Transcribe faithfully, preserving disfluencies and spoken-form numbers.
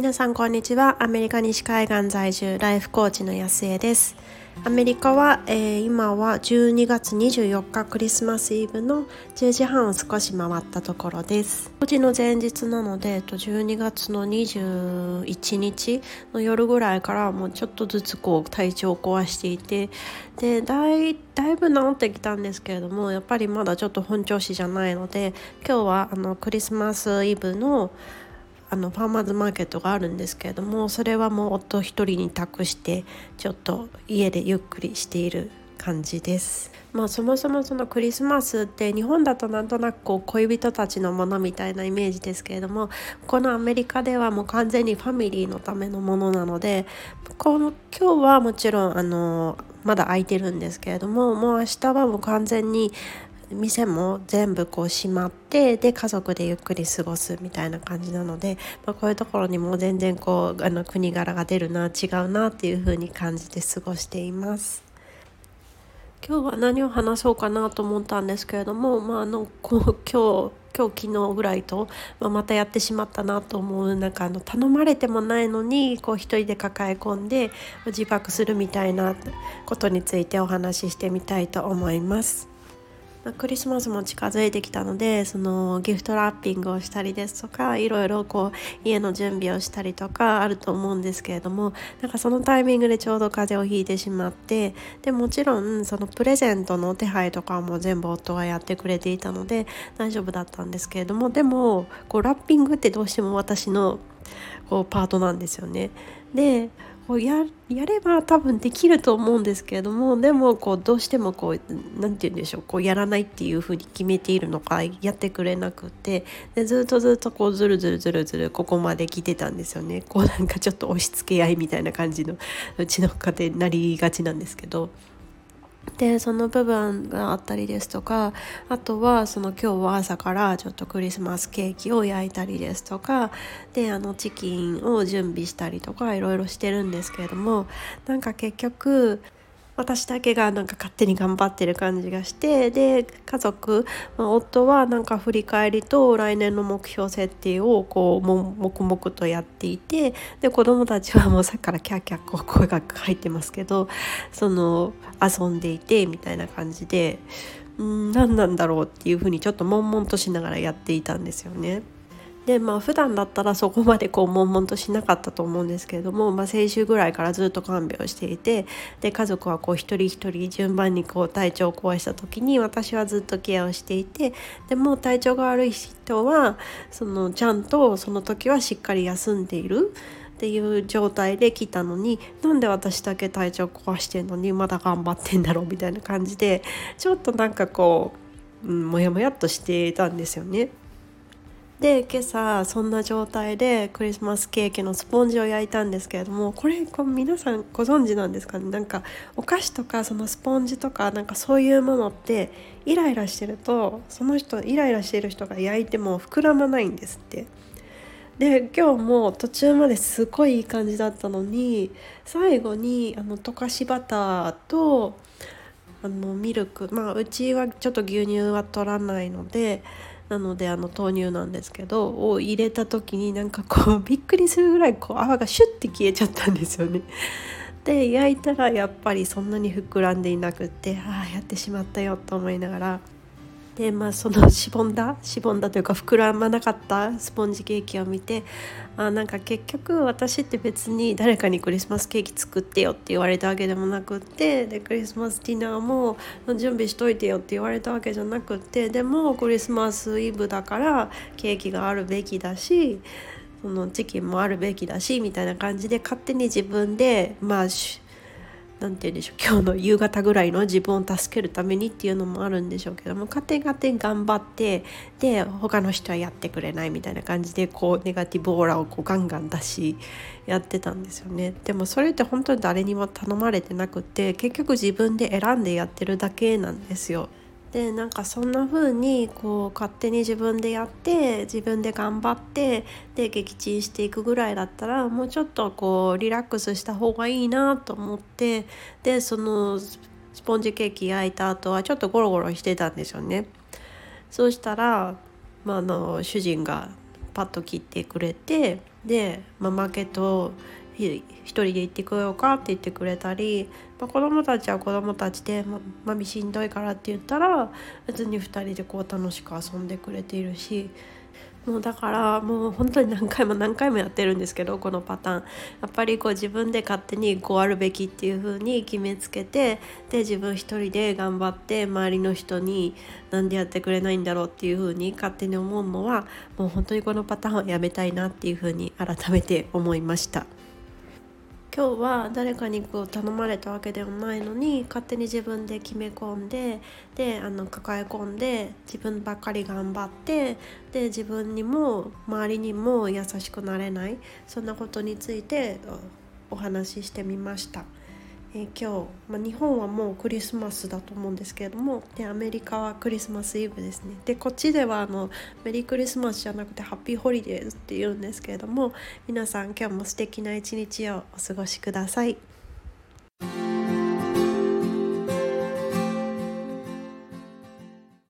皆さんこんにちは。アメリカ西海岸在住ライフコーチの安江です。アメリカは、えー、今はじゅうにがつにじゅうよっかクリスマスイブのじゅうじはんを少し回ったところです。うちの前日なのでじゅうにがつのにじゅういちにちの夜ぐらいからもうちょっとずつこう体調を壊していて、でだい、だいぶ治ってきたんですけれども、やっぱりまだちょっと本調子じゃないので、今日はあのクリスマスイブのあのファーマーズマーケットがあるんですけれども、それはもう夫一人に託してちょっと家でゆっくりしている感じです。まあそもそもそのクリスマスって日本だとなんとなくこう恋人たちのものみたいなイメージですけれども、このアメリカではもう完全にファミリーのためのものなので、この今日はもちろんあのまだ空いてるんですけれども、もう明日はもう完全に店も全部こう閉まって、で家族でゆっくり過ごすみたいな感じなので、まあ、こういうところにも全然こうあの国柄が出るな、違うなっていう風に感じて過ごしています。今日は何を話そうかなと思ったんですけれども、まあ、あのこう今日今日昨日ぐらいと、まあ、またやってしまったなと思う、なんかあの頼まれてもないのにこう一人で抱え込んで自爆するみたいなことについてお話ししてみたいと思います。クリスマスも近づいてきたので、そのギフトラッピングをしたりですとか、いろいろこう家の準備をしたりとかあると思うんですけれども、なんかそのタイミングでちょうど風邪をひいてしまって、でもちろんそのプレゼントの手配とかも全部夫がやってくれていたので大丈夫だったんですけれども、でもこうラッピングってどうしても私のこうパートなんですよね。でこう や, やれば多分できると思うんですけれども、でもこうどうしてもこうなんて言うんでしょう、こうやらないっていう風に決めているのかやってくれなくて、でずっとずっとこうずるずるずるずるここまで来てたんですよね。こうなんかちょっと押し付け合いみたいな感じのうちの家庭になりがちなんですけど、でその部分があったりですとか、あとはその今日は朝からちょっとクリスマスケーキを焼いたりですとかで、あのチキンを準備したりとかいろいろしてるんですけれども、なんか結局私だけがなんか勝手に頑張ってる感じがして、で家族、まあ、夫はなんか振り返りと来年の目標設定をこうも黙々とやっていて、で子供たちはもうさっきからキャッキャッこう声が入ってますけど、その遊んでいてみたいな感じで、うーん何なんだろうっていうふうにちょっと悶々としながらやっていたんですよね。でまあ普段だったらそこまでこう悶々としなかったと思うんですけれども、まあ、先週ぐらいからずっと看病していて、で家族はこう一人一人順番にこう体調を壊した時に私はずっとケアをしていて、でも体調が悪い人はそのちゃんとその時はしっかり休んでいるっていう状態で来たのに、なんで私だけ体調壊してんのにまだ頑張ってんだろうみたいな感じで、ちょっとなんかこう、うん、もやもやっとしてたんですよね。で今朝そんな状態でクリスマスケーキのスポンジを焼いたんですけれども、これこう皆さんご存知なんですかね。なんかお菓子とかそのスポンジとかなんかそういうものってイライラしてると、その人イライラしてる人が焼いても膨らまないんですって。で今日も途中まですごいいい感じだったのに、最後にあの溶かしバターとあのミルク、まあうちはちょっと牛乳は取らないので、なのであの豆乳なんですけどを入れた時になんかこうびっくりするぐらいこう泡がシュッて消えちゃったんですよね。で焼いたらやっぱりそんなに膨らんでいなくって、ああやってしまったよと思いながら、でまあそのしぼんだしぼんだというか膨らまなかったスポンジケーキを見て、あなんか結局私って別に誰かにクリスマスケーキ作ってよって言われたわけでもなくって、でクリスマスディナーも準備しといてよって言われたわけじゃなくって、でもクリスマスイブだからケーキがあるべきだし、そのチキンもあるべきだしみたいな感じで勝手に自分でまあなんて言うんでしょう、今日の夕方ぐらいの自分を助けるためにっていうのもあるんでしょうけども、勝手に勝手に頑張って、で他の人はやってくれないみたいな感じでこうネガティブオーラをこうガンガン出しやってたんですよね。でもそれって本当に誰にも頼まれてなくって、結局自分で選んでやってるだけなんですよ。でなんかそんな風にこう勝手に自分でやって自分で頑張ってで撃沈していくぐらいだったら、もうちょっとこうリラックスした方がいいなと思って、でそのスポンジケーキ焼いた後はちょっとゴロゴロしてたんですよね。そうしたら、まあ、あの主人がパッと切ってくれて、 でママ家と一人で行ってこようかって言ってくれたり、まあ、子供たちは子供たちで、ま、マミしんどいからって言ったら別にふたりでこう楽しく遊んでくれているし、もうだからもう本当に何回も何回もやってるんですけど、このパターンやっぱりこう自分で勝手にこうあるべきっていう風に決めつけて、で自分一人で頑張って周りの人になんでやってくれないんだろうっていう風に勝手に思うのは、もう本当にこのパターンはやめたいなっていう風に改めて思いました。今日は誰かにこう頼まれたわけではないのに勝手に自分で決め込んで、であの抱え込んで自分ばっかり頑張って、で自分にも周りにも優しくなれない、そんなことについてお話ししてみました。えー今日、まあ、日本はもうクリスマスだと思うんですけれども、でアメリカはクリスマスイブですね。でこっちではあのメリークリスマスじゃなくてハッピーホリデーズって言うんですけれども、皆さん今日も素敵な一日をお過ごしください。